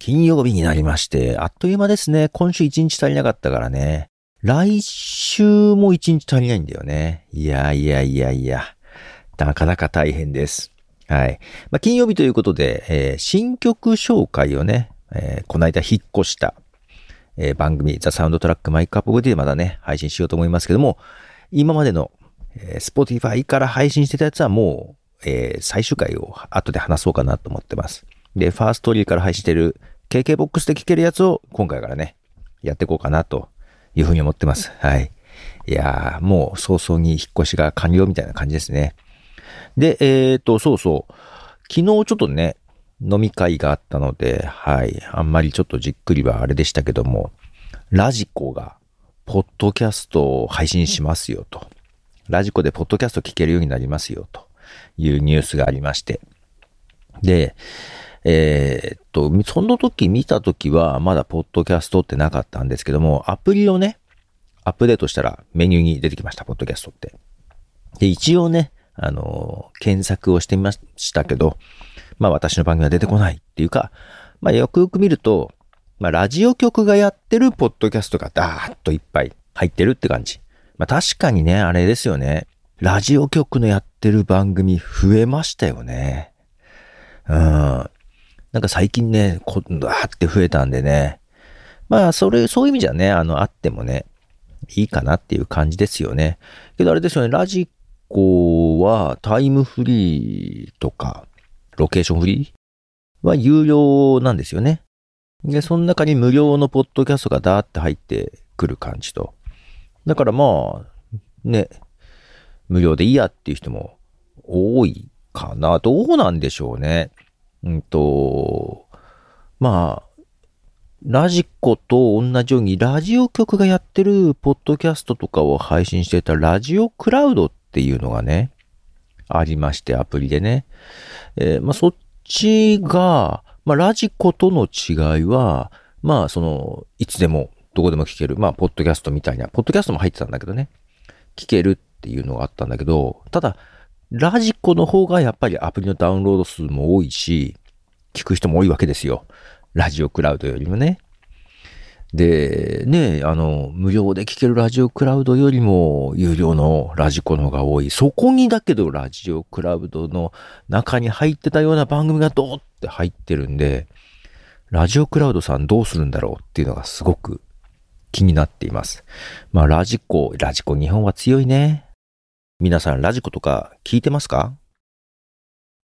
金曜日になりまして、あっという間ですね。今週1日足りなかったからね。来週も1日足りないんだよね。いや。なかなか大変です。はい。金曜日ということで、新曲紹介をね、この間引っ越した、番組、ザ・サウンドトラックマイクアップオブでまだね、配信しようと思いますけども、今までの、Spotify から配信してたやつはもう、最終回を後で話そうかなと思ってます。で、ファーストリーから配信してる KKBOX で聴けるやつを今回からね、やっていこうかなというふうに思ってます。はい。いやー、もう早々に引っ越しが完了みたいな感じですね。で、そうそう。昨日ちょっとね、飲み会があったので、はい。あんまりちょっとじっくりはあれでしたけども、ラジコが、ポッドキャストを配信しますよと。ラジコでポッドキャスト聞けるようになりますよというニュースがありまして。で、その時見た時はまだポッドキャストってなかったんですけども、アプリをね、アップデートしたらメニューに出てきました、ポッドキャストって。で、一応ね、検索をしてみましたけど、私の番組は出てこないっていうか、よくよく見ると、ラジオ局がやってるポッドキャストがダーッといっぱい入ってるって感じ。確かにね、あれですよね。ラジオ局のやってる番組増えましたよね。なんか最近ね、ダーって増えたんでね。そういう意味じゃね、あってもね、いいかなっていう感じですよね。けどあれですよね、ラジコはタイムフリーとか、ロケーションフリーは有料なんですよね。で、その中に無料のポッドキャストがダーって入ってくる感じと。だからね、無料でいいやっていう人も多いかな。どうなんでしょうね。ラジコと同じようにラジオ局がやってるポッドキャストとかを配信していたラジオクラウドっていうのがね、ありまして、アプリでね。そっちが、ラジコとの違いは、いつでも、どこでも聞ける。ポッドキャストみたいな、ポッドキャストも入ってたんだけどね。聞けるっていうのがあったんだけど、ただ、ラジコの方がやっぱりアプリのダウンロード数も多いし、聞く人も多いわけですよ。ラジオクラウドよりもね。で、ね、無料で聞けるラジオクラウドよりも有料のラジコの方が多い。そこにだけどラジオクラウドの中に入ってたような番組がドーって入ってるんで、ラジオクラウドさんどうするんだろうっていうのがすごく気になっています。ラジコ日本は強いね。皆さんラジコとか聞いてますか？